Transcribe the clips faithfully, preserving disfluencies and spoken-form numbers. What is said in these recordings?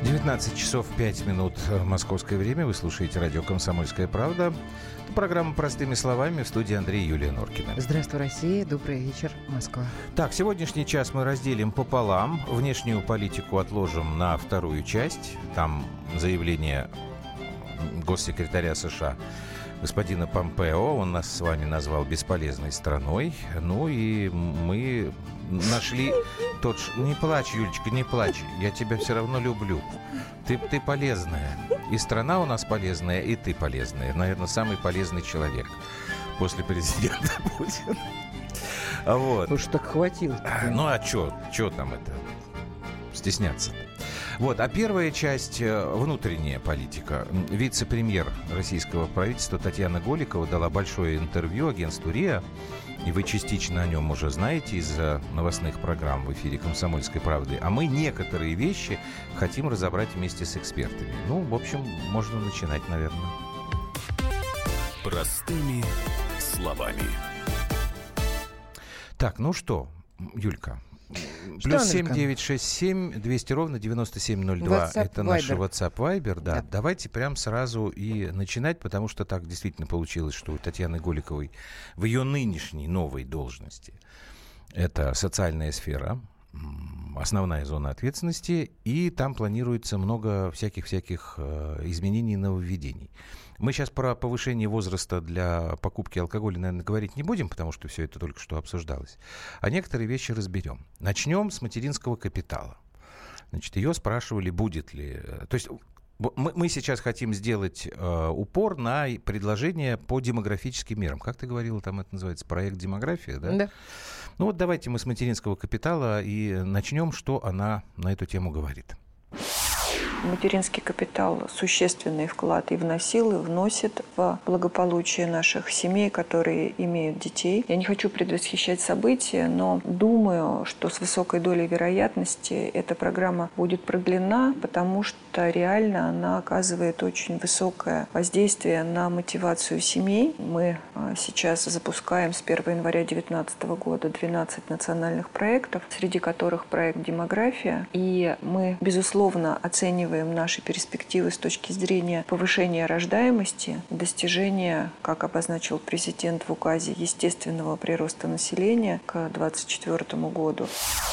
девятнадцать часов пять минут московское время. Вы слушаете радио «Комсомольская правда». Это программа «Простыми словами», в студии Андрей и Юлия Норкина. Здравствуй, Россия. Добрый вечер, Москва. Так, сегодняшний час мы разделим пополам. Внешнюю политику отложим на вторую часть. Там заявление госсекретаря США господина Помпео. Он нас с вами назвал бесполезной страной. Ну и мы нашли тот... Не плачь, Юлечка, не плачь. Я тебя все равно люблю. Ты, ты полезная. И страна у нас полезная, и ты полезная. Наверное, самый полезный человек после президента Путина. Вот. Уж так хватило. Ну а что? Что там это? Стесняться. Вот, а первая часть — внутренняя политика. Вице-премьер российского правительства Татьяна Голикова дала большое интервью агентству РИА, и вы частично о нем уже знаете из новостных программ в эфире «Комсомольской правды». А мы некоторые вещи хотим разобрать вместе с экспертами. Ну, в общем, можно начинать, наверное. Простыми словами. Так, ну что, Юлька? Плюс семь девять шесть семь двести ровно девяносто семь ноль два. WhatsApp, это наш WhatsApp Viber. Да. Да. Давайте прям сразу и начинать, потому что так действительно получилось, что у Татьяны Голиковой в ее нынешней новой должности это социальная сфера, основная зона ответственности, и там планируется много всяких-всяких э, изменений и нововведений. Мы сейчас про повышение возраста для покупки алкоголя, наверное, говорить не будем, потому что все это только что обсуждалось. А некоторые вещи разберем. Начнем с материнского капитала. Значит, ее спрашивали, будет ли... То есть мы, мы сейчас хотим сделать э, упор на предложение по демографическим мерам. Как ты говорила, там это называется проект «Демография», да? Да. Ну вот давайте мы с материнского капитала и начнем, что она на эту тему говорит. Материнский капитал существенный вклад и вносил, и вносит в благополучие наших семей, которые имеют детей. Я не хочу предвосхищать события, но думаю, что с высокой долей вероятности эта программа будет продлена, потому что реально она оказывает очень высокое воздействие на мотивацию семей. Мы сейчас запускаем с первого января две тысячи девятнадцатого года двенадцать национальных проектов, среди которых проект «Демография». И мы, безусловно, оцениваем наши перспективы с точки зрения повышения рождаемости, достижения, как обозначил президент в указе, естественного прироста населения к две тысячи двадцать четвёртому году.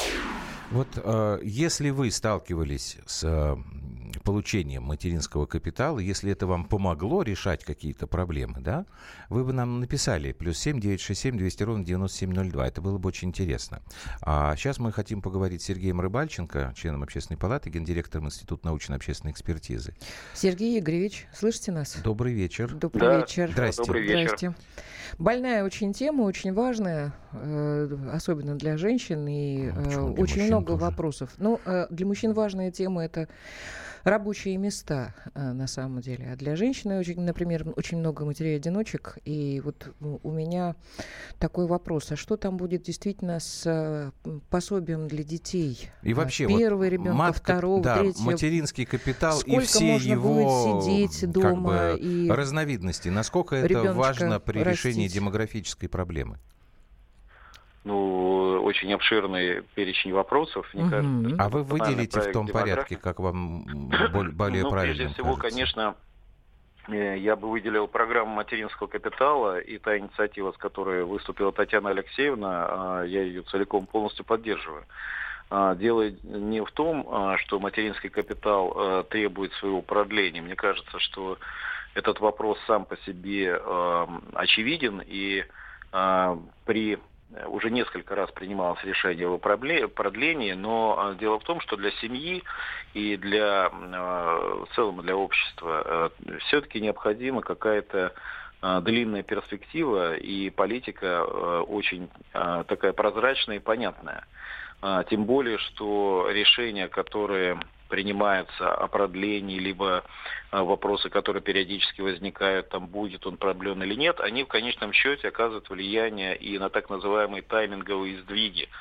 Вот э, если вы сталкивались с э, получением материнского капитала, если это вам помогло решать какие-то проблемы, да, вы бы нам написали плюс семь девять шесть семь двести ровно девяносто семь ноль два. Это было бы очень интересно. А сейчас мы хотим поговорить с Сергеем Рыбальченко, членом Общественной палаты, гендиректором Института научно-общественной экспертизы. Сергей Игоревич, слышите нас? Добрый вечер. Добрый да, вечер. Здрасте. Добрый вечер. Здрасте. Больная очень тема, очень важная, э, особенно для женщин, и э, очень много тоже вопросов. Ну, э, для мужчин важная тема — это рабочие места, э, на самом деле. А для женщины, очень, например, очень много матерей-одиночек. И вот у меня такой вопрос. А что там будет действительно с э, пособием для детей? И вообще, Первый вот ребенка, матка, второго, да, третьего. Материнский капитал Сколько и все можно его будет сидеть дома как бы, и разновидности. Насколько это важно при растить. решении демографической проблемы? Ну, очень обширный перечень вопросов, мне Угу. кажется. А вы выделите в том демографии. порядке, как вам более ну, правильно прежде всего, кажется? конечно, я бы выделил программу материнского капитала, и та инициатива, с которой выступила Татьяна Алексеевна, я ее целиком полностью поддерживаю. Дело не в том, что материнский капитал требует своего продления. Мне кажется, что этот вопрос сам по себе очевиден, и при уже несколько раз принималось решение о продлении, но дело в том, что для семьи и для, в целом для общества все-таки необходима какая-то длинная перспектива и политика очень такая прозрачная и понятная. Тем более, что решения, которые принимаются о продлении, либо вопросы, которые периодически возникают, там будет он продлен или нет, они в конечном счете оказывают влияние и на так называемые тайминговые сдвиги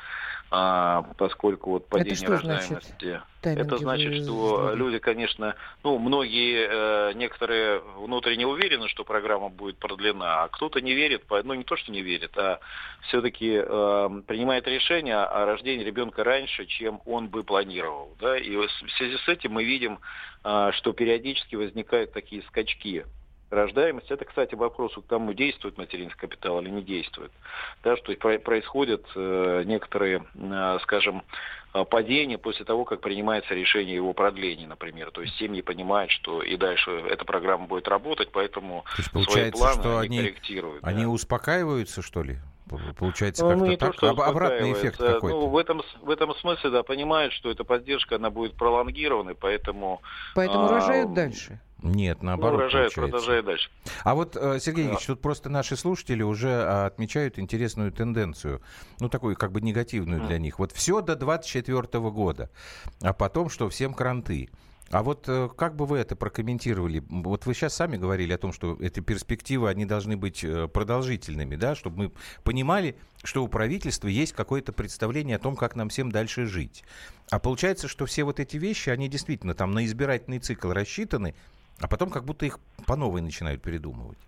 поскольку вот падение рождаемости... Это значит, что люди, конечно, ну, многие, некоторые внутренне уверены, что программа будет продлена, а кто-то не верит, ну, не то, что не верит, а все-таки принимает решение о рождении ребенка раньше, чем он бы планировал. Да? И в связи с этим мы видим, что периодически возникают такие скачки рождаемости. Это, кстати, вопрос к тому, действует материнский капитал или не действует. Да, что происходят некоторые, скажем, падения после того, как принимается решение его продления, например. То есть семьи понимают, что и дальше эта программа будет работать, поэтому свои планы что они, они корректируют. Они да. успокаиваются, что ли? Получается как-то ну, не так? То, что обратный эффект какой-то. Ну, в этом, в этом смысле, да, понимают, что эта поддержка, она будет пролонгированной, поэтому... Поэтому а, рожают дальше. Нет, наоборот, ну, рожает, получается. продолжает дальше. А вот, Сергей Ильич, да. тут просто наши слушатели уже отмечают интересную тенденцию, ну, такую как бы негативную mm. для них. Вот все до двадцать четвёртого года, а потом что, всем кранты. А вот как бы вы это прокомментировали? Вот вы сейчас сами говорили о том, что эти перспективы, они должны быть продолжительными, да, чтобы мы понимали, что у правительства есть какое-то представление о том, как нам всем дальше жить. А получается, что все вот эти вещи, они действительно там на избирательный цикл рассчитаны, а потом как будто их по новой начинают передумывать.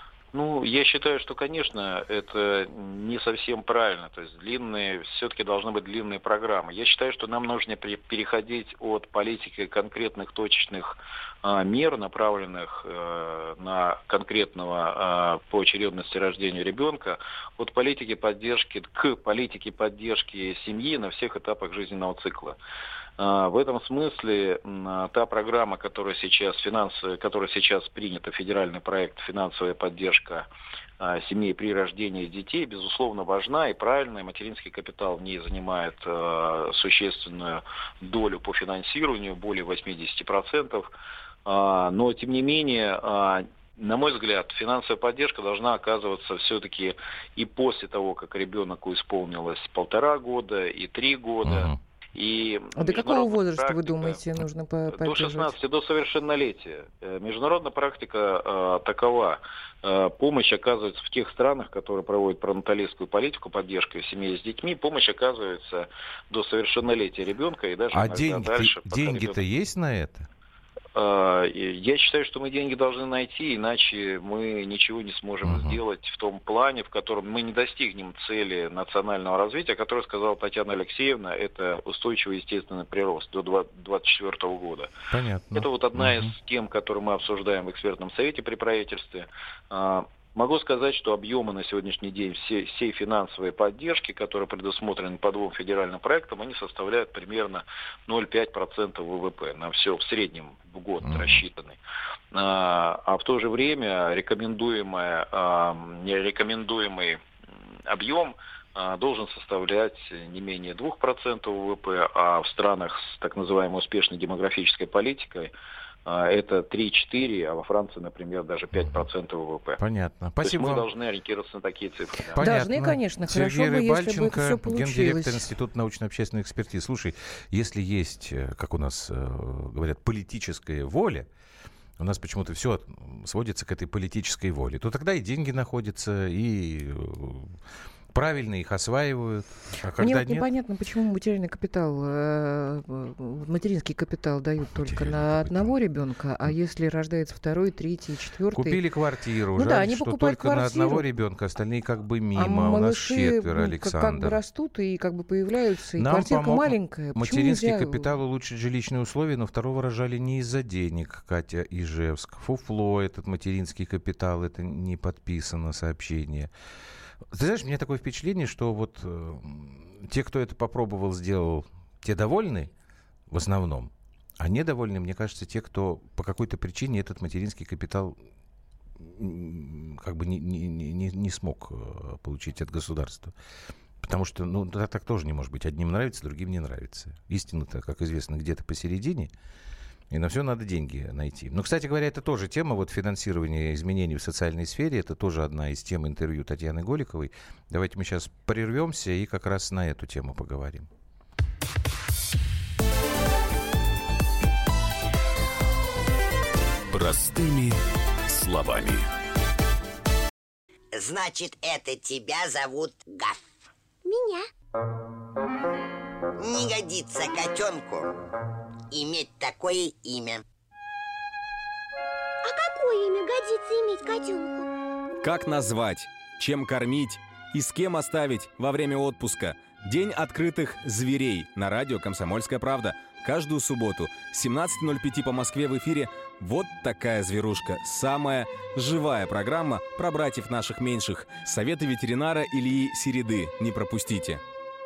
Ну, я считаю, что, конечно, это не совсем правильно. То есть длинные, все-таки должны быть длинные программы. Я считаю, что нам нужно переходить от политики конкретных точечных а, мер, направленных а, на конкретного а, по очередности рождения ребенка, от политики поддержки к политике поддержки семьи на всех этапах жизненного цикла. В этом смысле та программа, которая сейчас, финансы, которая сейчас принята, федеральный проект «Финансовая поддержка семей при рождении детей», безусловно, важна и правильная. Материнский капитал в ней занимает существенную долю по финансированию, более восемьдесят процентов. Но, тем не менее, на мой взгляд, финансовая поддержка должна оказываться все-таки и после того, как ребенку исполнилось полтора года и три года. Uh-huh. И а до какого возраста, практика, вы думаете, нужно поддерживать? До шестнадцати, до совершеннолетия. Международная практика э, такова. Э, помощь оказывается в тех странах, которые проводят пронаталистскую политику, поддержку семей с детьми. Помощь оказывается до совершеннолетия ребенка и даже а иногда деньги, дальше. деньги-то ребенок... есть на это? Я считаю, что мы деньги должны найти, иначе мы ничего не сможем uh-huh. сделать в том плане, в котором мы не достигнем цели национального развития, о которой сказала Татьяна Алексеевна, это устойчивый естественный прирост до двадцать четвёртого года. Понятно. Это вот одна uh-huh. из тем, которую мы обсуждаем в экспертном совете при правительстве. Могу сказать, что объемы на сегодняшний день всей, всей финансовой поддержки, которые предусмотрены по двум федеральным проектам, они составляют примерно ноль целых пять десятых процента ВВП. На все в среднем в год mm-hmm. рассчитаны. А, а в то же время рекомендуемое, а, рекомендуемый объем а, должен составлять не менее двух процентов ВВП, а в странах с так называемой успешной демографической политикой это три-четыре, а во Франции, например, даже пять процентов ВВП. Понятно. Спасибо. То есть мы должны ориентироваться на такие цифры. Да. Понятно. Должны, конечно. Сергей Хорошо бы, если бы это все получилось. Гендиректор Института научно-общественной экспертизы. Слушай, если есть, как у нас говорят, политическая воля, у нас почему-то все сводится к этой политической воле, то тогда и деньги находятся, и правильно их осваивают. А когда Мне вот нет... непонятно, почему материнский капитал, материнский капитал дают только на одного ребенка, а если рождается второй, третий, четвертый... Купили квартиру, ну, жаль, да, они что покупают только квартиру, на одного ребенка, остальные как бы мимо. А у нас четверо, ну, Александр. Как, как бы растут и как бы появляются, и Нам квартирка помог маленькая. Материнский нельзя... капитал улучшить жилищные условия, но второго рожали не из-за денег, Катя Ижевск. Фуфло этот материнский капитал, это не подписано сообщение. Ты знаешь, у меня такое впечатление, что вот э, те, кто это попробовал, сделал, те довольны в основном, а недовольны, мне кажется, те, кто по какой-то причине этот материнский капитал как бы не, не, не, не смог э, получить от государства. Потому что, ну, так, так тоже не может быть. Одним нравится, другим не нравится. Истина-то, как известно, где-то посередине. И на все надо деньги найти. Но, кстати говоря, это тоже тема вот финансирования изменений в социальной сфере. Это тоже одна из тем интервью Татьяны Голиковой. Давайте мы сейчас прервемся и как раз на эту тему поговорим. Простыми словами. Значит, это тебя зовут Гав? Меня. Не годится котенку иметь такое имя. А какое имя годится иметь котенку? Как назвать, чем кормить и с кем оставить во время отпуска? День открытых зверей на радио «Комсомольская правда». Каждую субботу с семнадцати ноль пять по Москве в эфире «Вот такая зверушка». Самая живая программа про братьев наших меньших. Советы ветеринара Ильи Середы. Не пропустите.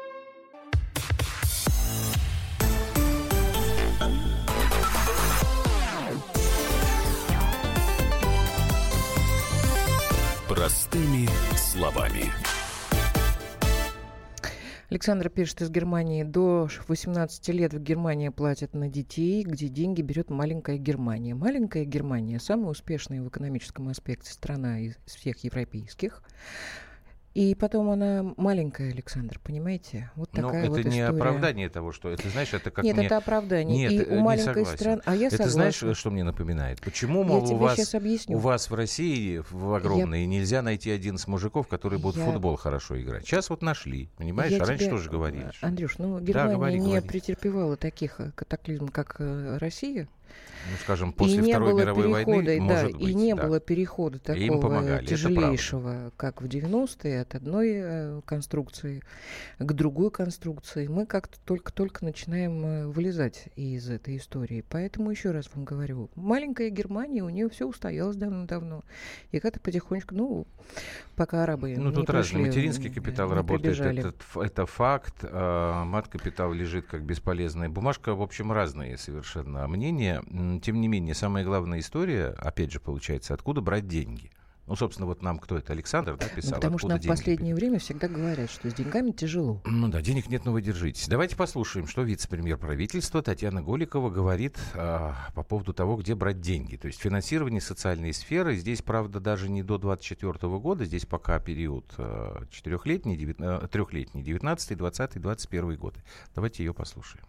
Простыми словами. Александра пишет из Германии. До восемнадцати лет в Германии платят на детей, где деньги берет маленькая Германия. Маленькая Германия – самая успешная в экономическом аспекте страна из всех европейских. И потом она маленькая, Александр, понимаете? Вот такая Но вот это не история. Оправдание того, что... Это, знаешь, это как Нет, мне... это оправдание. Нет, и у маленькой страны... А я это согласна. знаешь, что мне напоминает? Почему, мол, я у вас, у вас в России в огромной я... нельзя найти один из мужиков, которые будут я... в футбол хорошо играть? Сейчас вот нашли, понимаешь? Я а раньше тебе... тоже говорили. Андрюш, ну Германия да, говори, не говори. претерпевала таких катаклизмов, как Россия. Ну, скажем, после Второй мировой войны, да, может быть. И не да. было перехода такого помогали, тяжелейшего, как в девяностые, от одной э, конструкции к другой конструкции. Мы как-то только-только начинаем э, вылезать из этой истории. Поэтому еще раз вам говорю, маленькая Германия, у нее все устоялось давно-давно. И как-то потихонечку, ну, пока арабы Ну, не тут пришли, разный материнский капитал не работает, прибежали. это, это факт. А мат-капитал лежит как бесполезная бумажка. В общем, разные совершенно мнения. Тем не менее, самая главная история, опять же, получается, откуда брать деньги. Ну, собственно, вот нам кто это? Александр, да, писал? Ну, потому что нам в последнее берут? время всегда говорят, что с деньгами тяжело. Ну да, денег нет, но вы держитесь. Давайте послушаем, что вице-премьер правительства Татьяна Голикова говорит а, по поводу того, где брать деньги. То есть финансирование социальной сферы. Здесь, правда, даже не до двадцать четвёртого года. Здесь пока период а, четырехлетний, девятнадцатый, трехлетний, девятнадцатый, двадцатый, двадцать первый годы. Давайте ее послушаем.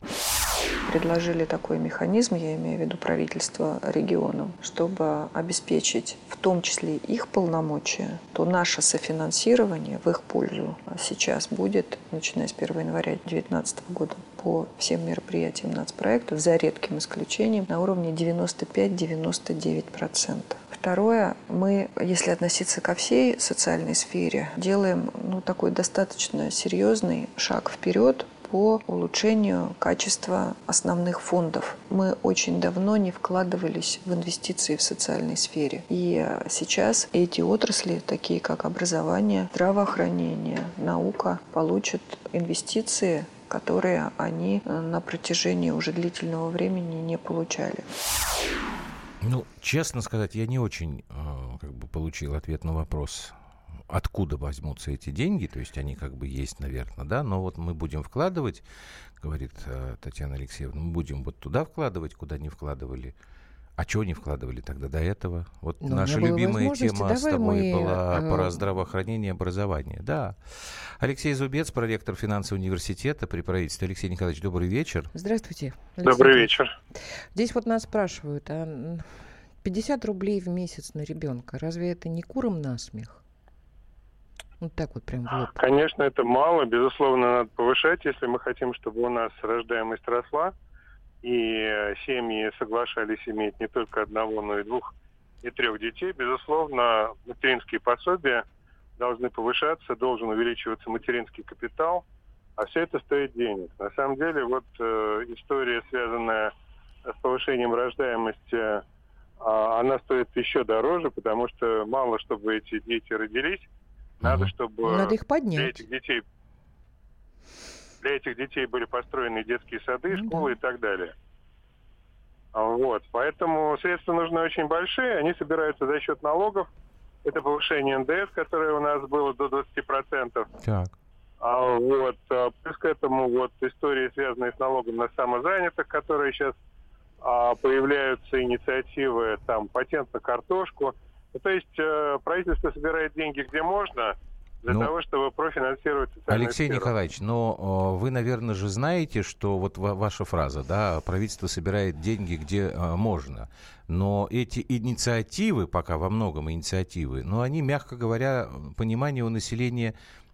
Предложили такой механизм, я имею в виду правительство регионам, чтобы обеспечить в том числе их полномочия, то наше софинансирование в их пользу сейчас будет, начиная с первого января две тысячи девятнадцатого года, по всем мероприятиям нацпроекта, за редким исключением, на уровне девяносто пять - девяносто девять процентов. Второе, мы, если относиться ко всей социальной сфере, делаем ну, такой достаточно серьезный шаг вперед по улучшению качества основных фондов. Мы очень давно не вкладывались в инвестиции в социальной сфере. И сейчас эти отрасли, такие как образование, здравоохранение, наука, получат инвестиции, которые они на протяжении уже длительного времени не получали. Ну, честно сказать, я не очень э, как бы получил ответ на вопрос, откуда возьмутся эти деньги, то есть они как бы есть, наверное, да, но вот мы будем вкладывать, говорит э, Татьяна Алексеевна, мы будем вот туда вкладывать, куда не вкладывали. А чего не вкладывали тогда до этого? Вот но наша любимая тема с тобой мы... была про здравоохранение и образование. Да. Алексей Зубец, проректор финансового университета при правительстве. Алексей Николаевич, добрый вечер. Здравствуйте. Алексей. Добрый вечер. Здесь вот нас спрашивают, а пятьдесят рублей в месяц на ребенка, разве это не курам насмех? Вот так вот прям в лоб. Конечно, это мало. Безусловно, надо повышать, если мы хотим, чтобы у нас рождаемость росла. И семьи соглашались иметь не только одного, но и двух, и трех детей. Безусловно, материнские пособия должны повышаться, должен увеличиваться материнский капитал, а все это стоит денег. На самом деле, вот э, история, связанная с повышением рождаемости, э, она стоит еще дороже, потому что мало, чтобы эти дети родились, надо, чтобы надо их поднять. Для этих детей Для этих детей были построены детские сады, школы и так далее. Вот. Поэтому средства нужны очень большие. Они собираются за счет налогов. Это повышение эн дэ эс, которое у нас было до двадцати процентов. Так. А вот. Плюс к этому вот истории, связанные с налогом на самозанятых, которые сейчас а, появляются инициативы, там, патент на картошку. Ну, то есть а, правительство собирает деньги где можно, для ну, того, чтобы профинансировать социальную Алексей сферу. Николаевич, но э, вы, наверное, же знаете, что вот ва- ваша фраза, да, правительство собирает деньги где э, можно, но эти инициативы, пока во многом инициативы, но они, мягко говоря, понимание у населения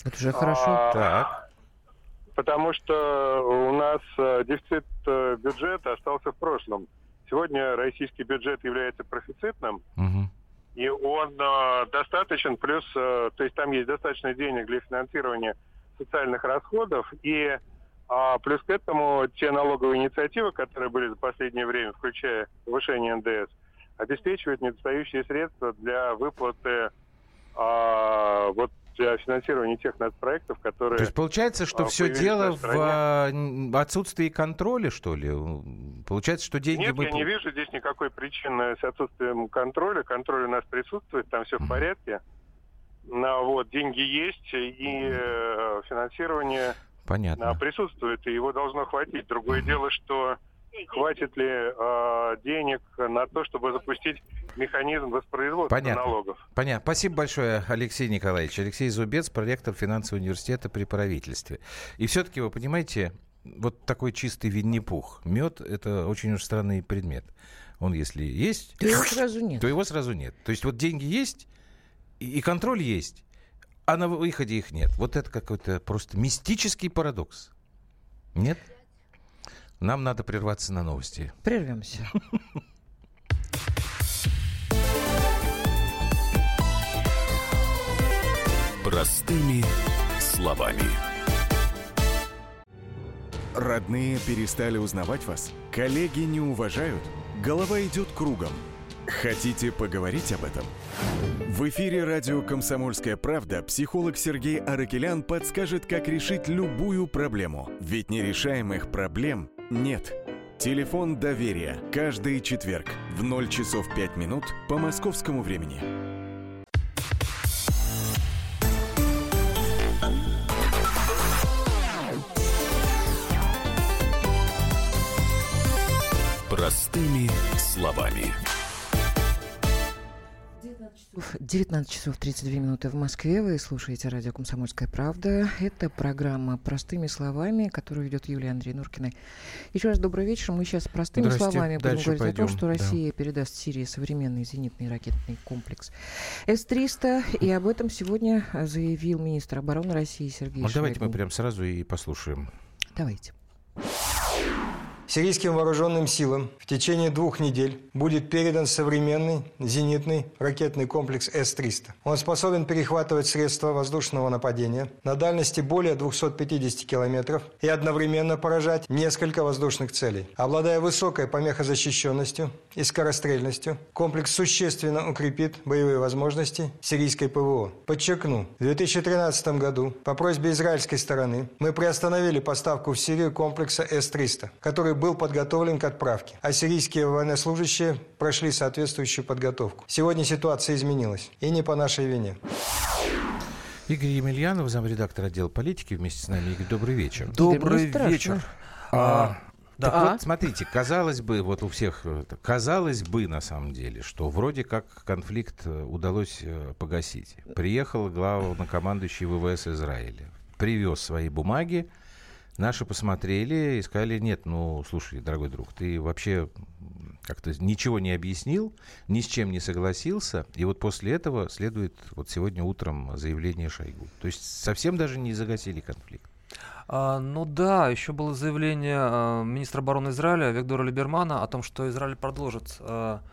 Это уже хорошо. А, так. Потому что у нас дефицит бюджета остался в прошлом. Сегодня российский бюджет является профицитным, угу. и он достаточен, плюс, то есть там есть достаточно денег для финансирования социальных расходов, и а, плюс к этому те налоговые инициативы, которые были за последнее время, включая повышение эн дэ эс, обеспечивают недостающие средства для выплаты а, вот для финансирования тех нацпроектов, которые... То есть получается, что а, все дело в отсутствии контроля, что ли? Получается, что деньги... Нет, мы... я не вижу здесь никакой причины с отсутствием контроля. Контроль у нас присутствует, там все в порядке. Но, вот, деньги есть, и э, финансирование Понятно. присутствует, и его должно хватить. Другое дело, что хватит ли э, денег на то, чтобы запустить механизм воспроизводства Понятно. налогов. Понятно. Спасибо большое, Алексей Николаевич. Алексей Зубец, проректор финансового университета при правительстве. И все-таки, вы понимаете, вот такой чистый Винни-Пух. Мед – это очень уж странный предмет. Он, если есть, то его сразу нет. То его сразу нет. То есть вот деньги есть, и, и контроль есть, а на выходе их нет. Вот это какой-то просто мистический парадокс. Нет? Нам надо прерваться на новости. Прервемся. Простыми словами. Родные перестали узнавать вас? Коллеги не уважают? Голова идет кругом. Хотите поговорить об этом? В эфире радио «Комсомольская правда» психолог Сергей Аракелян подскажет, как решить любую проблему. Ведь нерешаемых проблем нет. Телефон доверия. Каждый четверг в ноль часов пять минут по московскому времени. Простыми словами. девятнадцать часов тридцать две минуты в Москве. Вы слушаете радио «Комсомольская правда». Это программа «Простыми словами», которую ведет Юлия Андреевна. Еще раз добрый вечер. Мы сейчас простыми Здрасте. словами будем Дальше говорить пойдем. о том, что Россия да. передаст Сирии современный зенитный ракетный комплекс эс триста. И об этом сегодня заявил министр обороны России Сергей ну, Шойгу. Давайте мы прямо сразу и послушаем. Давайте. Сирийским вооруженным силам в течение двух недель будет передан современный зенитный ракетный комплекс эс триста. Он способен перехватывать средства воздушного нападения на дальности более двухсот пятидесяти километров и одновременно поражать несколько воздушных целей. Обладая высокой помехозащищенностью и скорострельностью, комплекс существенно укрепит боевые возможности сирийской ПВО. Подчеркну, в две тысячи тринадцатом году по просьбе израильской стороны мы приостановили поставку в Сирию комплекса эс триста, который был подготовлен к отправке, а сирийские военнослужащие прошли соответствующую подготовку. Сегодня ситуация изменилась, и не по нашей вине. Игорь Емельянов, замредактор отдела политики, вместе с нами. Игорь, добрый вечер. Добрый вечер. А, да. Так а? Вот, смотрите, казалось бы, вот у всех, казалось бы, на самом деле, что вроде как конфликт удалось погасить. Приехал главнокомандующий вэ вэ эс Израиля, привез свои бумаги. Наши посмотрели и сказали: нет, ну, слушай, дорогой друг, ты вообще как-то ничего не объяснил, ни с чем не согласился, и вот после этого следует вот сегодня утром заявление Шойгу. То есть совсем даже не загасили конфликт. А, ну да, еще было заявление а, министра обороны Израиля Виктора Либермана о том, что Израиль продолжит а,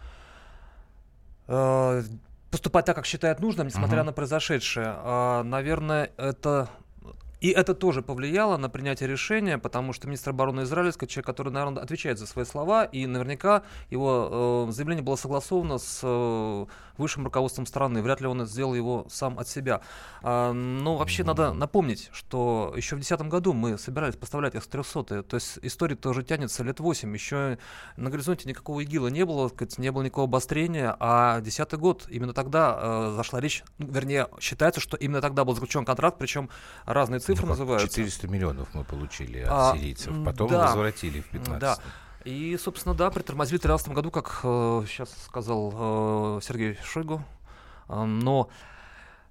а, поступать так, как считает нужным, несмотря uh-huh. на произошедшее. А, наверное, это... И это тоже повлияло на принятие решения, потому что министр обороны Израиля, человек, который, наверное, отвечает за свои слова, и наверняка его э, заявление было согласовано с э, высшим руководством страны. Вряд ли он сделал его сам от себя. А, но вообще надо напомнить, что еще в две тысячи десятом году мы собирались поставлять эс триста. То есть история тоже тянется лет восемь. Еще на горизонте никакого ИГИЛа не было, не было никакого обострения. А две тысячи десятый год, именно тогда э, зашла речь, вернее, считается, что именно тогда был заключен контракт, причем разные цифры ну, называются. четыреста миллионов мы получили от а, сирийцев, потом да, возвратили в пятнадцатом. Да. И, собственно, да, притормозили в тринадцатом году, как э, сейчас сказал э, Сергей Шойгу. Э, но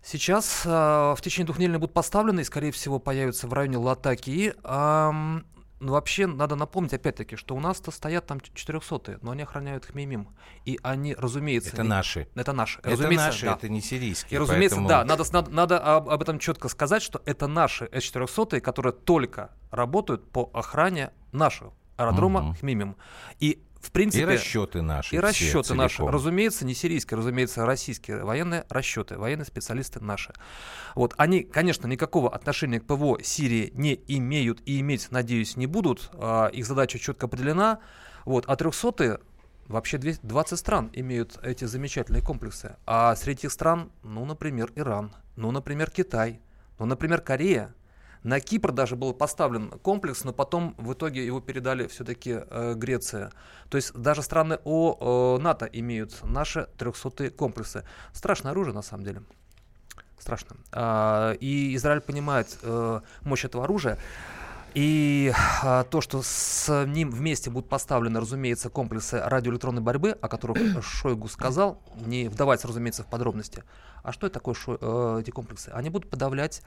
сейчас э, в течение двух недель будут поставлены и, скорее всего, появятся в районе Латакии. Э, Ну, вообще, надо напомнить, опять-таки, что у нас-то стоят там четырехсотые, но они охраняют Хмеймим. И они, разумеется... Это не... наши. Это наши. Это разумеется, наши, да. это не сирийские. И, разумеется, поэтому... да, надо, надо, надо об, об этом четко сказать, что это наши эс четырехсотые, которые только работают по охране нашего аэродрома угу. Хмеймим. И в принципе, и расчеты наши. И расчеты наши. Разумеется, не сирийские, разумеется, российские военные расчеты, военные специалисты наши. Вот. Они, конечно, никакого отношения к ПВО Сирии не имеют и иметь, надеюсь, не будут. А, их задача четко определена. Вот. А трехсотые, вообще двадцать стран имеют эти замечательные комплексы. А среди этих стран, ну, например, Иран, ну, например, Китай, ну, например, Корея. На Кипр даже был поставлен комплекс, но потом в итоге его передали все-таки э, Греция. То есть даже страны О, э, НАТО имеют наши трехсотые комплексы. Страшное оружие на самом деле. Страшно. А, и Израиль понимает э, мощь этого оружия. И а, то, что с ним вместе будут поставлены, разумеется, комплексы радиоэлектронной борьбы, о которых Шойгу сказал, не вдаваясь, разумеется, в подробности. А что это такое шо, э, эти комплексы? Они будут подавлять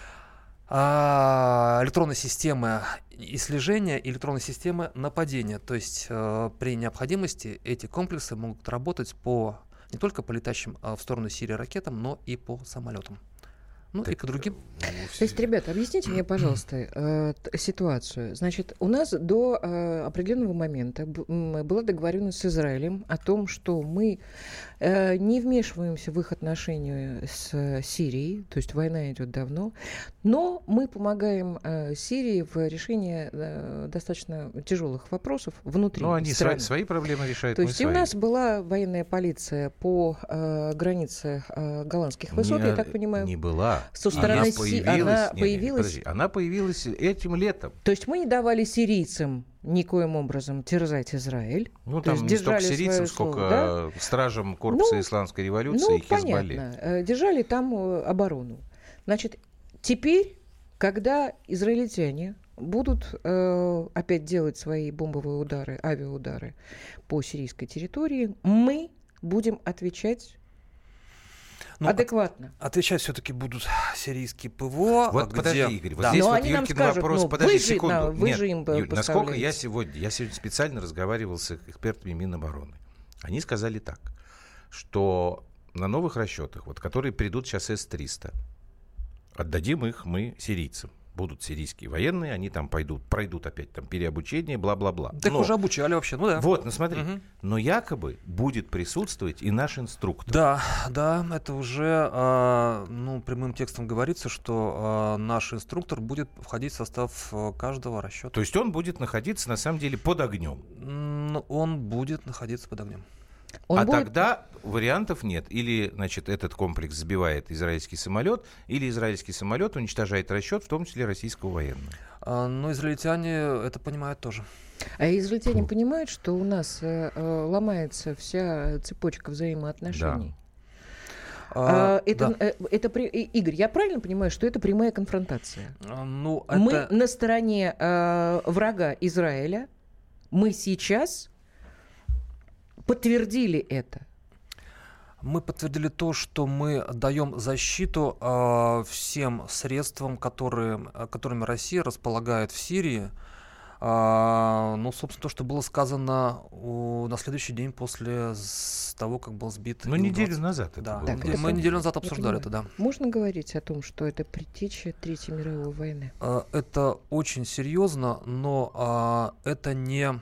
электронной системы и слежения, и электронной системы нападения. То есть э, при необходимости эти комплексы могут работать по, не только по летящим э, в сторону Сирии ракетам, но и по самолетам. Ну так, и к другим. То есть, ребята, объясните мне, пожалуйста, э, ситуацию. Значит, у нас до э, определенного момента б, м, была договоренность с Израилем о том, что мы э, не вмешиваемся в их отношения с э, Сирией, то есть война идет давно, но мы помогаем э, Сирии в решении э, достаточно тяжелых вопросов внутри Ну, они страны. Свои, свои проблемы решают. То есть свои. И у нас была военная полиция по э, границе э, голландских высот, не, я так понимаю. Не была. Со стороны она Си... появилась, она, нет, появилась... Нет, подожди, она появилась этим летом. То есть мы не давали сирийцам никоим образом терзать Израиль. Ну, то там есть не столько слово, сирийцев, сколько да? стражам корпуса ну, исламской революции ну, и Хизбалли. Понятно. Держали там оборону. Значит, теперь, когда израильтяне будут э, опять делать свои бомбовые удары, авиаудары по сирийской территории, мы будем отвечать Ну, адекватно. От, отвечать все-таки будут сирийские ПВО. Вот где... подожди, Игорь, вот да. здесь Но вот Юлькин скажут, вопрос. ну, Подожди вы же, секунду. да, вы Нет, же им Юль, насколько я сегодня, я сегодня специально разговаривал с экспертами Минобороны. Они сказали так, что на новых расчетах, вот, которые придут сейчас эс триста, отдадим их мы сирийцам. Будут сирийские военные, они там пойдут, пройдут опять там переобучение, бла-бла-бла. Так но, уже обучали вообще, ну да. Вот, ну смотри, угу. но якобы будет присутствовать и наш инструктор. Да, да, это уже, э, ну, прямым текстом говорится, что э, наш инструктор будет входить в состав э, каждого расчета. То есть он будет находиться, на самом деле, под огнем? М- он будет находиться под огнем. Он а будет... тогда вариантов нет. Или, значит, этот комплекс сбивает израильский самолет, или израильский самолет уничтожает расчет, в том числе российского военного. А, но израильтяне это понимают тоже. А израильтяне понимают, что у нас э, э, ломается вся цепочка взаимоотношений? Да. А, а, это, да. э, это при... Игорь, я правильно понимаю, что это прямая конфронтация? А, ну, мы это... на стороне э, врага Израиля. Мы сейчас подтвердили это. Мы подтвердили то, что мы даем защиту э, всем средствам, которые, которыми Россия располагает в Сирии. Э, ну, собственно, то, что было сказано э, на следующий день после того, как был сбит. Ну, неделю назад это да. было. Так, мы это неделю назад обсуждали это, да. Можно говорить о том, что это предтеча Третьей мировой войны? Э, это очень серьезно, но э, это не...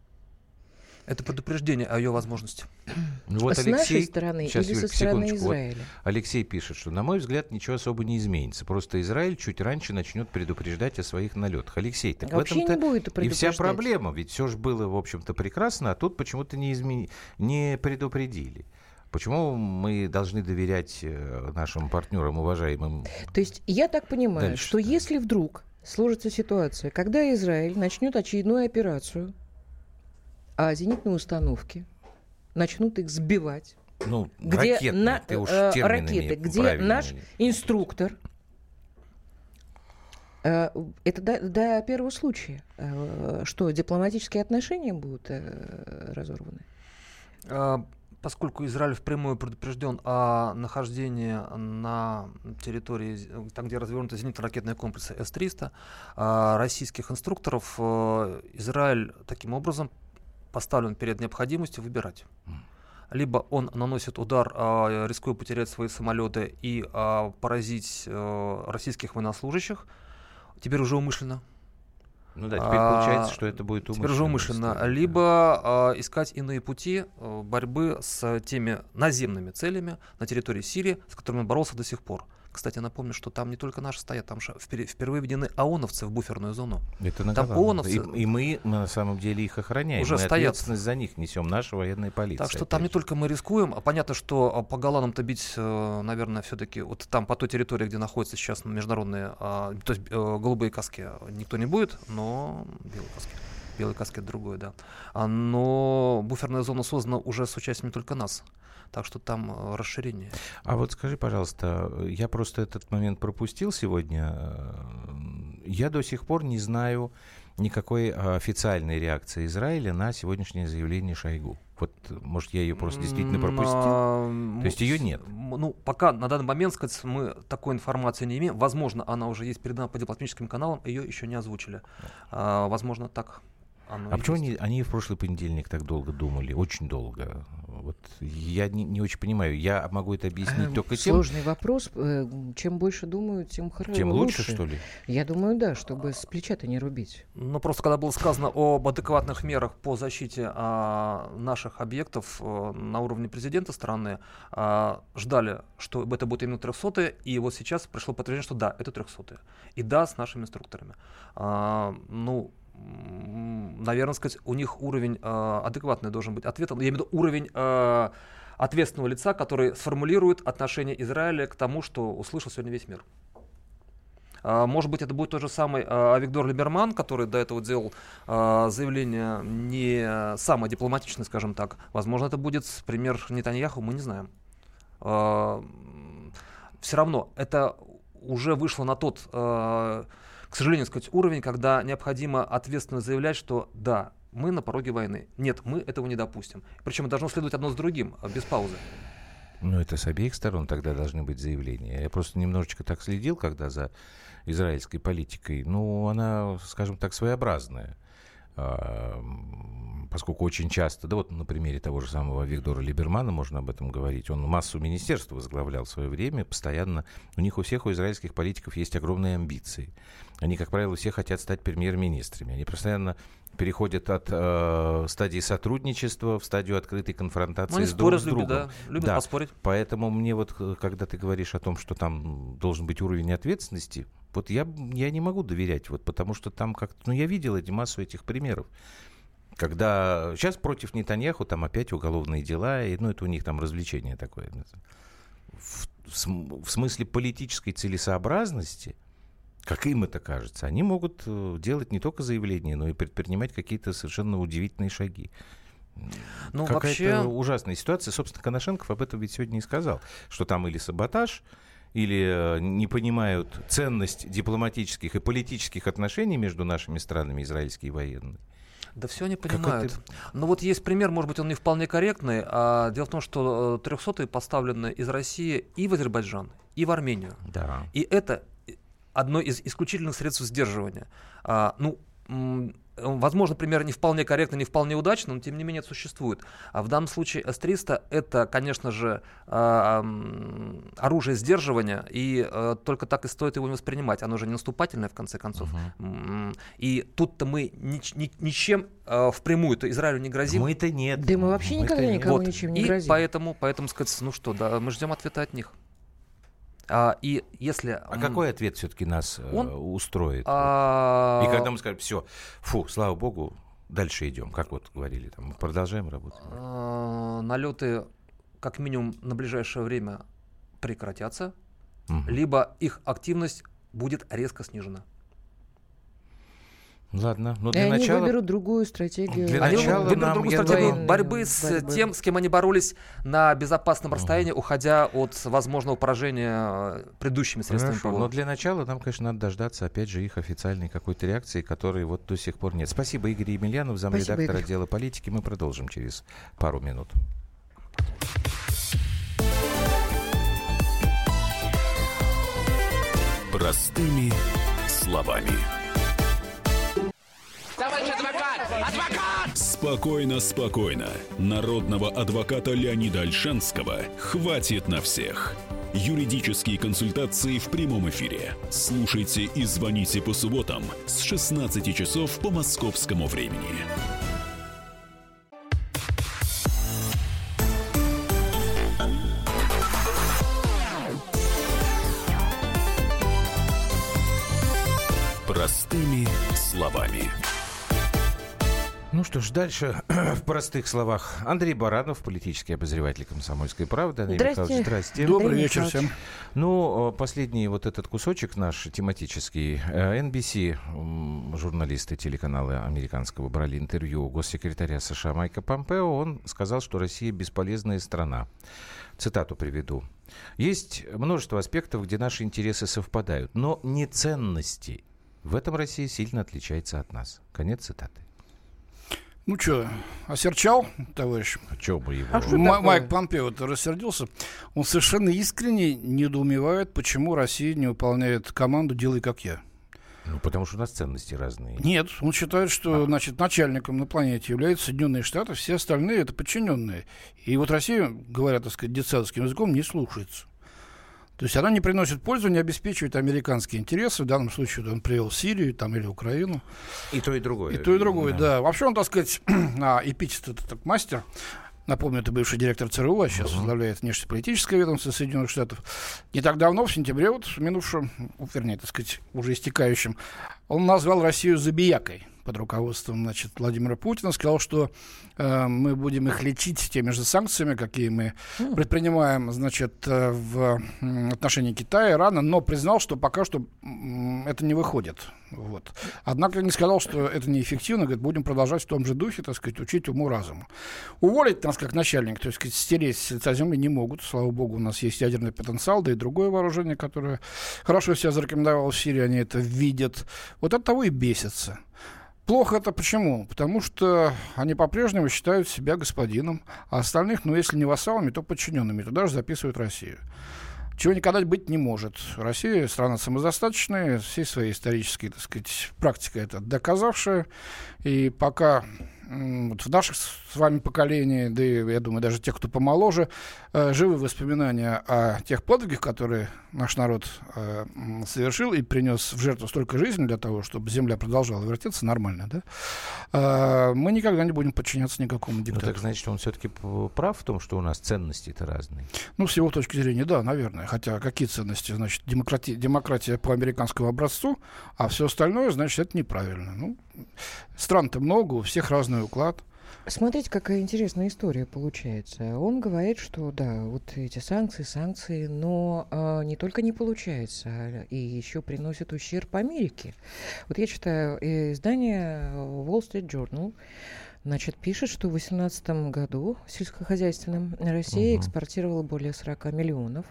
Это предупреждение о ее возможности. Ну, вот с Алексей, нашей стороны сейчас, или Юль, со стороны секундочку, Израиля? Вот Алексей пишет, что, на мой взгляд, ничего особо не изменится. Просто Израиль чуть раньше начнет предупреждать о своих налетах. Алексей, так Вообще в этом-то не будет и вся проблема. Ведь все же было, в общем-то, прекрасно, а тут почему-то не, измен... не предупредили. Почему мы должны доверять нашим партнерам, уважаемым? То есть я так понимаю, Дальше, что да. если вдруг сложится ситуация, когда Израиль начнет очередную операцию, а зенитные установки начнут их сбивать, ну, где ракетные, на, ты уж э, терминами ракеты, где правильными. наш инструктор, э, это до, до первого случая, э, что дипломатические отношения будут э, разорваны? А, Поскольку Израиль впрямую предупрежден о нахождении на территории, там, где развернуты зенитно-ракетные комплексы эс триста, российских инструкторов, Израиль таким образом поставлен перед необходимостью выбирать. Либо он наносит удар, рискуя потерять свои самолеты и поразить российских военнослужащих, теперь уже умышленно. Ну да, теперь получается, что это будет умышленно. Теперь уже умышленно. Либо а, искать иные пути а, борьбы с теми наземными целями на территории Сирии, с которыми он боролся до сих пор. Кстати, напомню, что там не только наши стоят, там впервые введены ООНовцы в буферную зону. Это там ООНовцы... и, и мы, мы на самом деле их охраняем. Уже мы стоят. Ответственность за них несем, наша военная полиция. Так что там не только мы рискуем, а понятно, что по Голландам-то бить, наверное, все-таки вот там по той территории, где находятся сейчас международные, то есть голубые каски, никто не будет, но белые каски. Белые каски — это другое, да. Но буферная зона создана уже с участием не только нас. Так что там э, расширение. А вот скажи, пожалуйста, я просто этот момент пропустил сегодня. Я до сих пор не знаю никакой официальной реакции Израиля на сегодняшнее заявление Шойгу. Вот, может, я ее просто действительно пропустил? А, То есть ее нет? Ну, пока на данный момент, сказать, мы такой информации не имеем. Возможно, она уже есть передана по дипломатическим каналам, ее еще не озвучили. А, возможно, так. А почему они, они в прошлый понедельник так долго думали? Очень долго. Вот я не, не очень понимаю. Я могу это объяснить э, только тем... Сложный вопрос. Чем больше думаю, тем хорошо. Тем лучше, лучше, что ли? Я думаю, да, чтобы с плеча-то не рубить. Ну, просто когда было сказано об адекватных мерах по защите а, наших объектов а, на уровне президента страны, а, ждали, что это будет именно трехсотые, и вот сейчас пришло подтверждение, что да, это трехсотые. И да, с нашими инструкторами. А, ну... Наверное, сказать, у них уровень э, адекватный должен быть ответ. Я имею в виду уровень э, ответственного лица, который сформулирует отношение Израиля к тому, что услышал сегодня весь мир. Э, может быть, это будет тот же самый э, Авигдор Либерман, который до этого делал э, заявление не самое дипломатичное, скажем так. Возможно, это будет пример Нетаньяху, мы не знаем. Э, все равно это уже вышло на тот... Э, к сожалению, сказать, уровень, когда необходимо ответственно заявлять, что да, мы на пороге войны. Нет, мы этого не допустим. Причем должно следовать одно с другим, без паузы. Ну, это с обеих сторон тогда должны быть заявления. Я просто немножечко так следил, когда за израильской политикой. Ну, она, скажем так, своеобразная. Поскольку очень часто, да вот на примере того же самого Виктора Либермана можно об этом говорить, он массу министерств возглавлял в свое время, постоянно, у них у всех, у израильских политиков есть огромные амбиции. Они, как правило, все хотят стать премьер-министрами. Они постоянно переходят от э, стадии сотрудничества в стадию открытой конфронтации ну, с друг с другом. Любят, да, любят да. поспорить. Поэтому мне вот, когда ты говоришь о том, что там должен быть уровень ответственности, вот я, я не могу доверять, вот, потому что там как-то, ну, я видел эти, массу этих примеров. Когда сейчас против Нетаньяху там опять уголовные дела, и, ну, это у них там развлечение такое. В, в, в смысле политической целесообразности, как им это кажется, они могут делать не только заявления, но и предпринимать какие-то совершенно удивительные шаги. Ну, какая-то вообще... ужасная ситуация. Собственно, Коношенков об этом ведь сегодня и сказал, что там или саботаж, или не понимают ценность дипломатических и политических отношений между нашими странами, израильские и военные. Да все они понимают. Это... Но вот есть пример, может быть, он не вполне корректный. А дело в том, что трехсотые поставлены из России и в Азербайджан, и в Армению. Да. И это одно из исключительных средств сдерживания. А, ну, м- возможно, пример не вполне корректный, не вполне удачный, но тем не менее это существует. А в данном случае эс триста это, конечно же, оружие сдерживания, и только так и стоит его не воспринимать. Оно же не наступательное, в конце концов. Uh-huh. И тут-то мы ни, ни, ничем впрямую-тоИзраилю не грозим. Мы-то нет. Да мы вообще мы никогда никому вот. ничем не и грозим. Поэтому, поэтому, сказать, ну что, да, мы ждем ответа от них. А, и если, а какой ответ все-таки нас он, э, устроит? А... И когда мы скажем, все, фу, слава богу, дальше идем, как вот говорили, там, мы продолжаем работать? А, налеты, как минимум, на ближайшее время прекратятся, угу. либо их активность будет резко снижена. Ладно, но и для они начала... выберут другую стратегию. Для они начала выберут нам, другую стратегию думаю, борьбы с борьбы. тем, с кем они боролись на безопасном uh-huh. расстоянии, уходя от возможного поражения предыдущими средствами ПВО. Но для начала нам, конечно, надо дождаться, опять же, их официальной какой-то реакции, которой вот до сих пор нет. Спасибо, Игорь Емельянов, замредактор отдела политики. Мы продолжим через пару минут. Простыми словами. Товарищ адвокат! Адвокат! Спокойно, спокойно. Народного адвоката Леонида Ольшанского хватит на всех. Юридические консультации в прямом эфире. Слушайте и звоните по субботам с шестнадцати часов по московскому времени. Простыми словами. Ну что ж, дальше в простых словах. Андрей Баранов, политический обозреватель «Комсомольской правды». Андрей Здрасте. Михайлович, здрасте. Добрый Андрей вечер Михайлович. всем. Ну, последний вот этот кусочек наш тематический. эн би си, журналисты телеканала американского, брали интервью у госсекретаря США Майка Помпео. Он сказал, что Россия бесполезная страна. Цитату приведу. Есть множество аспектов, где наши интересы совпадают, но не ценности. В этом Россия сильно отличается от нас. Конец цитаты. Ну что, осерчал, товарищ? Чего бы его? А что М- такое? Майк Помпео-то рассердился. Он совершенно искренне недоумевает, почему Россия не выполняет команду «делай как я». Ну, потому что у нас ценности разные. Нет, он считает, что А. значит, начальником на планете являются Соединенные Штаты, все остальные — это подчиненные. И вот Россия, говоря, так сказать, детсадовским языком, не слушается. То есть она не приносит пользу, не обеспечивает американские интересы. В данном случае он привел Сирию там, или Украину. И то, и другое. И то, и другое, да. да. Вообще он, так сказать, а, эпитет это так мастер. Напомню, это бывший директор ЦРУ, а сейчас uh-huh. возглавляет внешнеполитическое ведомство Соединенных Штатов. Не так давно, в сентябре, вот минувшем, вернее, так сказать, уже истекающем, он назвал Россию забиякой под руководством, значит, Владимира Путина, сказал, что э, мы будем их лечить теми же санкциями, какие мы mm. предпринимаем, значит, э, в э, отношении Китая, Ирана, но признал, что пока что э, это не выходит. Вот. Однако не сказал, что это неэффективно, говорит, будем продолжать в том же духе, так сказать, учить уму-разуму. Уволить нас как начальник, то есть, сказать, стереть с лица земли не могут. Слава богу, у нас есть ядерный потенциал, да и другое вооружение, которое хорошо себя зарекомендовало в Сирии, они это видят. Вот от того и бесятся. Плохо это почему? Потому что они по-прежнему считают себя господином, а остальных, ну, если не вассалами, то подчиненными. Туда же записывают Россию. Чего никогда быть не может. Россия страна самодостаточная, всей своей исторической, так сказать, практикой это доказавшая. И пока вот в наших с вами поколении, да и, я думаю, даже тех, кто помоложе, э, живы воспоминания о тех подвигах, которые наш народ э, совершил и принес в жертву столько жизни для того, чтобы земля продолжала вертеться нормально, да? Э, мы никогда не будем подчиняться никакому диктату. Ну, так значит, он все-таки прав в том, что у нас ценности-то разные? Ну, с его точки зрения, да, наверное. Хотя какие ценности? Значит, демократия, демократия по американскому образцу, а все остальное, значит, это неправильно. Ну, стран-то много, у всех разный уклад. Смотрите, какая интересная история получается. Он говорит, что да, вот эти санкции, санкции, но а, не только не получается, а и еще приносят ущерб Америке. Вот я читаю издание Wall Street Journal. Значит, пишет, что в две тысячи восемнадцатом году сельскохозяйственном Россия угу. экспортировала более сорок миллионов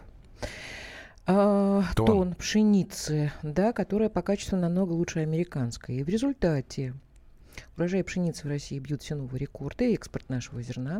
а, тонн. тонн пшеницы, да, которая по качеству намного лучше американской. И в результате урожай пшеницы в России бьют все новые рекорды, экспорт нашего зерна.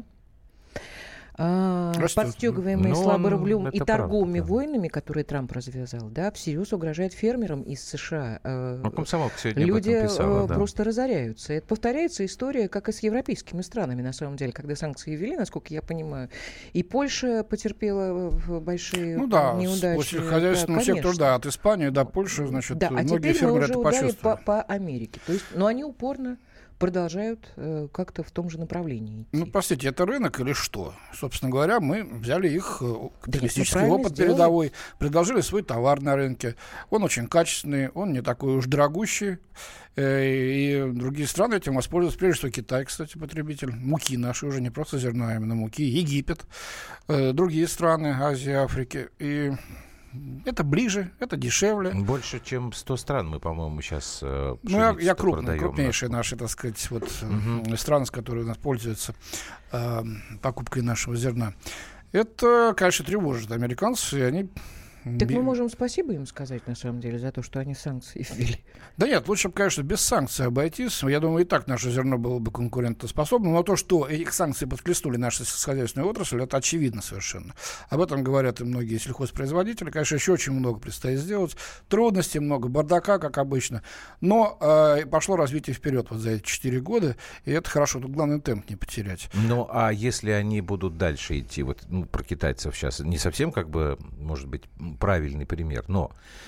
А, подстегиваемые Но слаборублем и торговыми правда, да. войнами, которые Трамп развязал, да, всерьез угрожает фермерам из США. Ну, комсомолка сегодня Люди об этом писала, да. просто разоряются. Это повторяется история, как и с европейскими странами, на самом деле, когда санкции ввели, насколько я понимаю. И Польша потерпела большие ну, да, неудачи. Ну да, хозяйственному да, сектору, да, от Испании до Польши, значит, да, многие а теперь фермеры мы уже это ударили почувствовали. По, по Америке. То есть, но они упорно продолжают э, как-то в том же направлении идти. Ну, простите, это рынок или что? Собственно говоря, мы взяли их капиталистический да опыт сделали. передовой, предложили свой товар на рынке. Он очень качественный, он не такой уж дорогущий. Э, и другие страны этим воспользуются. Прежде всего, Китай, кстати, потребитель. Муки наши уже не просто зерна, а именно муки. Египет, э, другие страны Азии, Африки. И это ближе, это дешевле. Больше, чем сто стран мы, по-моему, сейчас э, Ну, я, я крупный, крупнейшие на... наши, так сказать, вот, угу. страны, с которыми у нас пользуются э, покупкой нашего зерна. Это, конечно, тревожит американцев, и они Так мы можем спасибо им сказать, на самом деле, за то, что они санкции ввели. Да нет, лучше бы, конечно, без санкций обойтись. Я думаю, и так наше зерно было бы конкурентоспособным. Но то, что эти санкции подхлестнули нашу сельскохозяйственную отрасль, это очевидно совершенно. Об этом говорят и многие сельхозпроизводители. Конечно, еще очень много предстоит сделать. Трудностей много, бардака, как обычно. Но э, пошло развитие вперед вот за эти четыре года, и это хорошо. Тут главное темп не потерять. Ну, а если они будут дальше идти, вот ну, про китайцев сейчас, не совсем как бы, может быть, правильный пример, но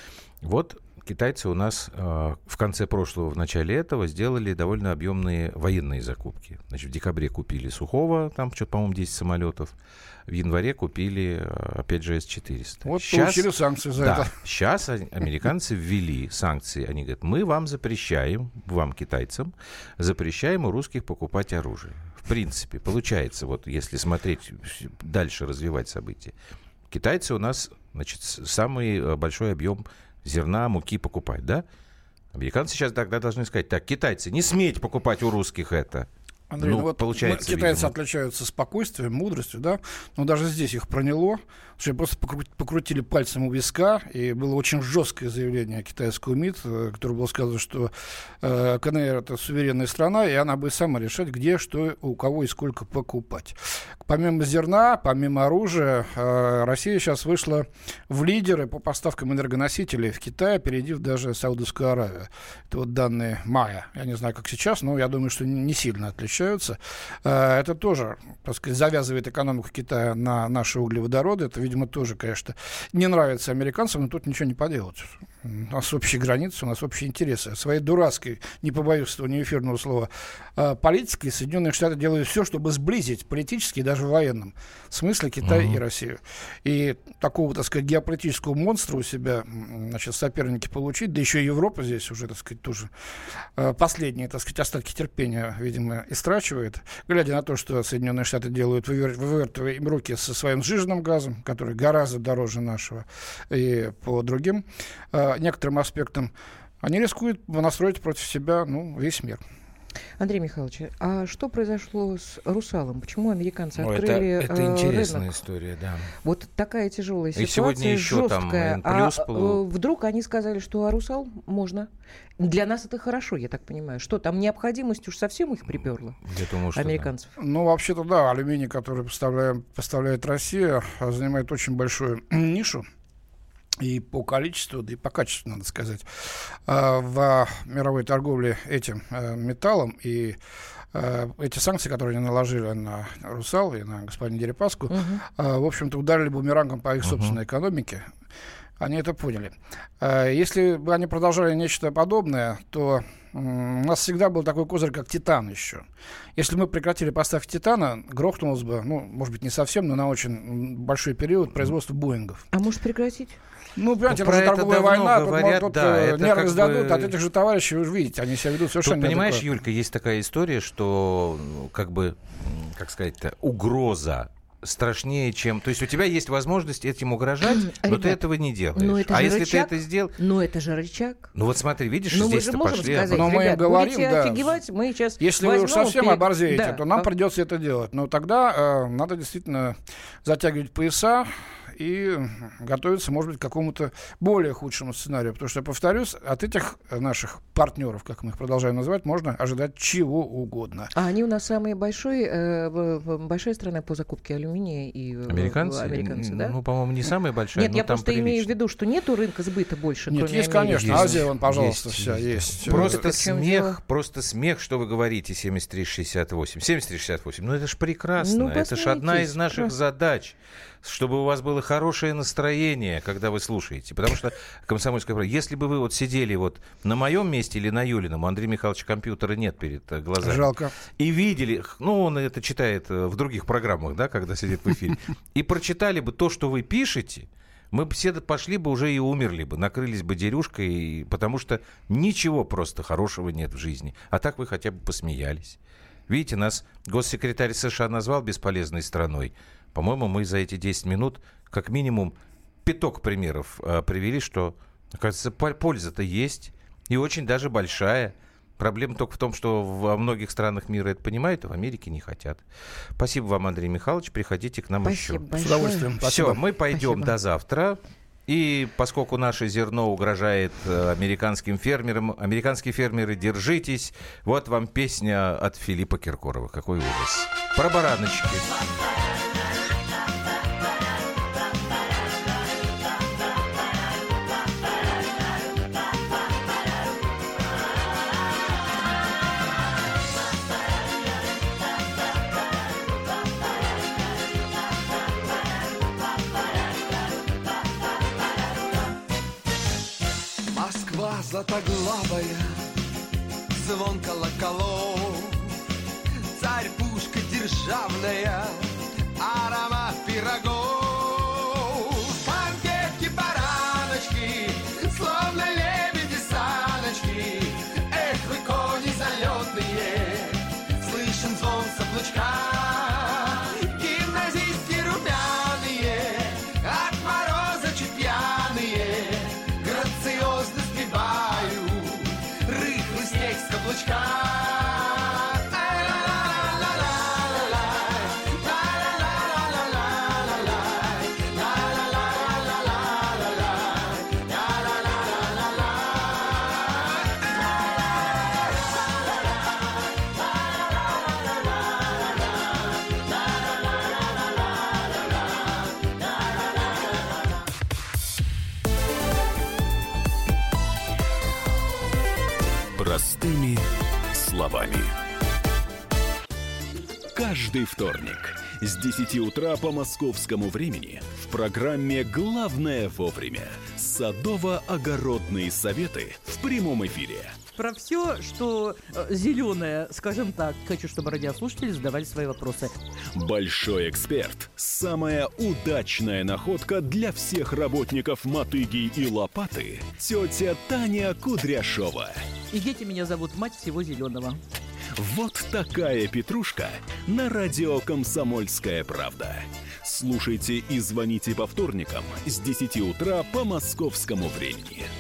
вот китайцы у нас э, в конце прошлого, в начале этого сделали довольно объемные военные закупки. Значит, в декабре купили Сухого, там что-то, по-моему, десять самолетов. В январе купили, опять же, эс четыреста. Вот сейчас, получили санкции за да, это. Сейчас американцы ввели санкции. Они говорят, мы вам запрещаем, вам, китайцам, запрещаем у русских покупать оружие. В принципе, получается, вот если смотреть, дальше развивать события, китайцы у нас, значит, самый большой объем зерна, муки покупают, да? Американцы сейчас тогда должны сказать, так, китайцы, не смейте покупать у русских это. Андрей, ну, ну вот получается, китайцы видимо. отличаются спокойствием, мудростью, да, но даже здесь их проняло, что просто покрутили пальцем у виска, и было очень жесткое заявление китайского МИД, которое было сказано, что э, КНР — это суверенная страна, и она будет сама решать, где, что, у кого и сколько покупать. Помимо зерна, помимо оружия, э, Россия сейчас вышла в лидеры по поставкам энергоносителей в Китай, опередив даже Саудовскую Аравию. Это вот данные мая. Я не знаю, как сейчас, но я думаю, что не сильно отличаются. Э, это тоже, так сказать, завязывает экономику Китая на наши углеводороды. Это, видимо, тоже, конечно, не нравится американцам, но тут ничего не поделать. У нас общие границы, у нас общие интересы. Своей дурацкой, не побоюсь этого неэфирного слова, политикой Соединенные Штаты делают все, чтобы сблизить политически и даже в военном смысле Китай uh-huh. и Россию. И такого, так сказать, геополитического монстра у себя, значит, соперники получить, да еще и Европа здесь уже, так сказать, тоже последние, так сказать, остатки терпения, видимо, истрачивает, глядя на то, что Соединенные Штаты делают, вывертывая им руки со своим сжиженным газом, который гораздо дороже нашего, и по другим некоторым аспектам, они рискуют настроить против себя, ну, весь мир. Андрей Михайлович, а что произошло с «Русалом»? Почему американцы ну, открыли это, это интересная рынок? История, да. Вот такая тяжелая ситуация, и сегодня еще жесткая. Там плюс а был... вдруг они сказали, что а «Русал» можно. Для нас это хорошо, я так понимаю. Что там, необходимость уж совсем их приперла? Я думаю, что американцев? Да. Ну, вообще-то, да, алюминий, который поставляет Россия, занимает очень большую нишу. И по количеству, да и по качеству, надо сказать, в мировой торговле этим металлом. И эти санкции, которые они наложили на «Русал» и на господина Дерипаску, uh-huh. в общем-то, ударили бумерангом по их uh-huh. собственной экономике. Они это поняли. Если бы они продолжали нечто подобное, то у нас всегда был такой козырь, как титан еще. Если мы прекратили поставки титана, грохнулось бы, ну, может быть, не совсем, но на очень большой период производства Боингов. А может прекратить? Ну, понимаете, ну, это же торговая война, говорят, тут, да, тут нервы сдадут, бы... от этих же товарищей, вы же видите, они себя ведут совершенно тут, понимаешь, неадекватно. Юлька, есть такая история, что, как бы, как сказать-то, угроза страшнее, чем... То есть у тебя есть возможность этим угрожать, Ребят, но ты этого не делаешь. А если рычаг, ты это сделал... Ну, это же рычаг. Ну, вот смотри, видишь, ну, здесь-то пошли... Сказать, но мы ребят, им говорим, да, офигевать, мы сейчас если возьмем, вы уж совсем перед... оборзеете, да. то нам придется это делать. Но тогда э, надо действительно затягивать пояса и готовиться, может быть, к какому-то более худшему сценарию. Потому что, повторюсь, от этих наших партнеров, как мы их продолжаем называть, можно ожидать чего угодно. А они у нас самая большая, э, большая страна по закупке алюминия и американцы, американцы да? Ну, по-моему, не самая большая. Нет, но я там просто прилично. имею в виду, что нету рынка сбыта больше, Нет, кроме есть, Америки. конечно. Есть, Азия, вон, пожалуйста, есть, вся есть. есть. Просто смех, дело? просто смех, что вы говорите, семьдесят три шестьдесят восемь. семьдесят три шестьдесят восемь, ну это ж прекрасно. Ну, это ж одна из наших прекрасно. задач, чтобы у вас было хорошее настроение, когда вы слушаете. Потому что «Комсомольская правда», если бы вы вот сидели вот на моем месте или на Юлином, у Андрея Михайловича компьютера нет перед глазами. Жалко. И видели, ну он это читает в других программах, да, когда сидит в эфире, и прочитали бы то, что вы пишете, мы все пошли бы уже и умерли бы, накрылись бы дерюшкой, потому что ничего просто хорошего нет в жизни. А так вы хотя бы посмеялись. Видите, нас госсекретарь США назвал бесполезной страной. По-моему, мы за эти десять минут как минимум пяток примеров э, привели, что, оказывается, польза-то есть, и очень даже большая. Проблема только в том, что во многих странах мира это понимают, а в Америке не хотят. Спасибо вам, Андрей Михайлович. Приходите к нам Спасибо еще. большое. С удовольствием. Все, мы пойдем Спасибо. До завтра. И поскольку наше зерно угрожает американским фермерам, американские фермеры, держитесь. Вот вам песня от Филиппа Киркорова. Какой ужас. Про бараночки. Златоглавая, звон колоколов, царь пушка державная, аромат пирогов, панкетки, бараночки, словно лебеди саночки. Эх, вы кони залетные, слышен звон каблучка. Гимназистки румяные, от мороза чуть пьяные, грациозно рыхлый снег с каблучка. Простыми словами. Каждый вторник с десяти утра по московскому времени в программе «Главное вовремя» садово-огородные советы в прямом эфире. Про все, что э, зеленое, скажем так. Хочу, чтобы радиослушатели задавали свои вопросы. Большой эксперт. Самая удачная находка для всех работников мотыги и лопаты. Тетя Таня Кудряшова. И дети меня зовут мать всего зеленого. Вот такая петрушка на радио «Комсомольская правда». Слушайте и звоните по вторникам с десяти утра по московскому времени.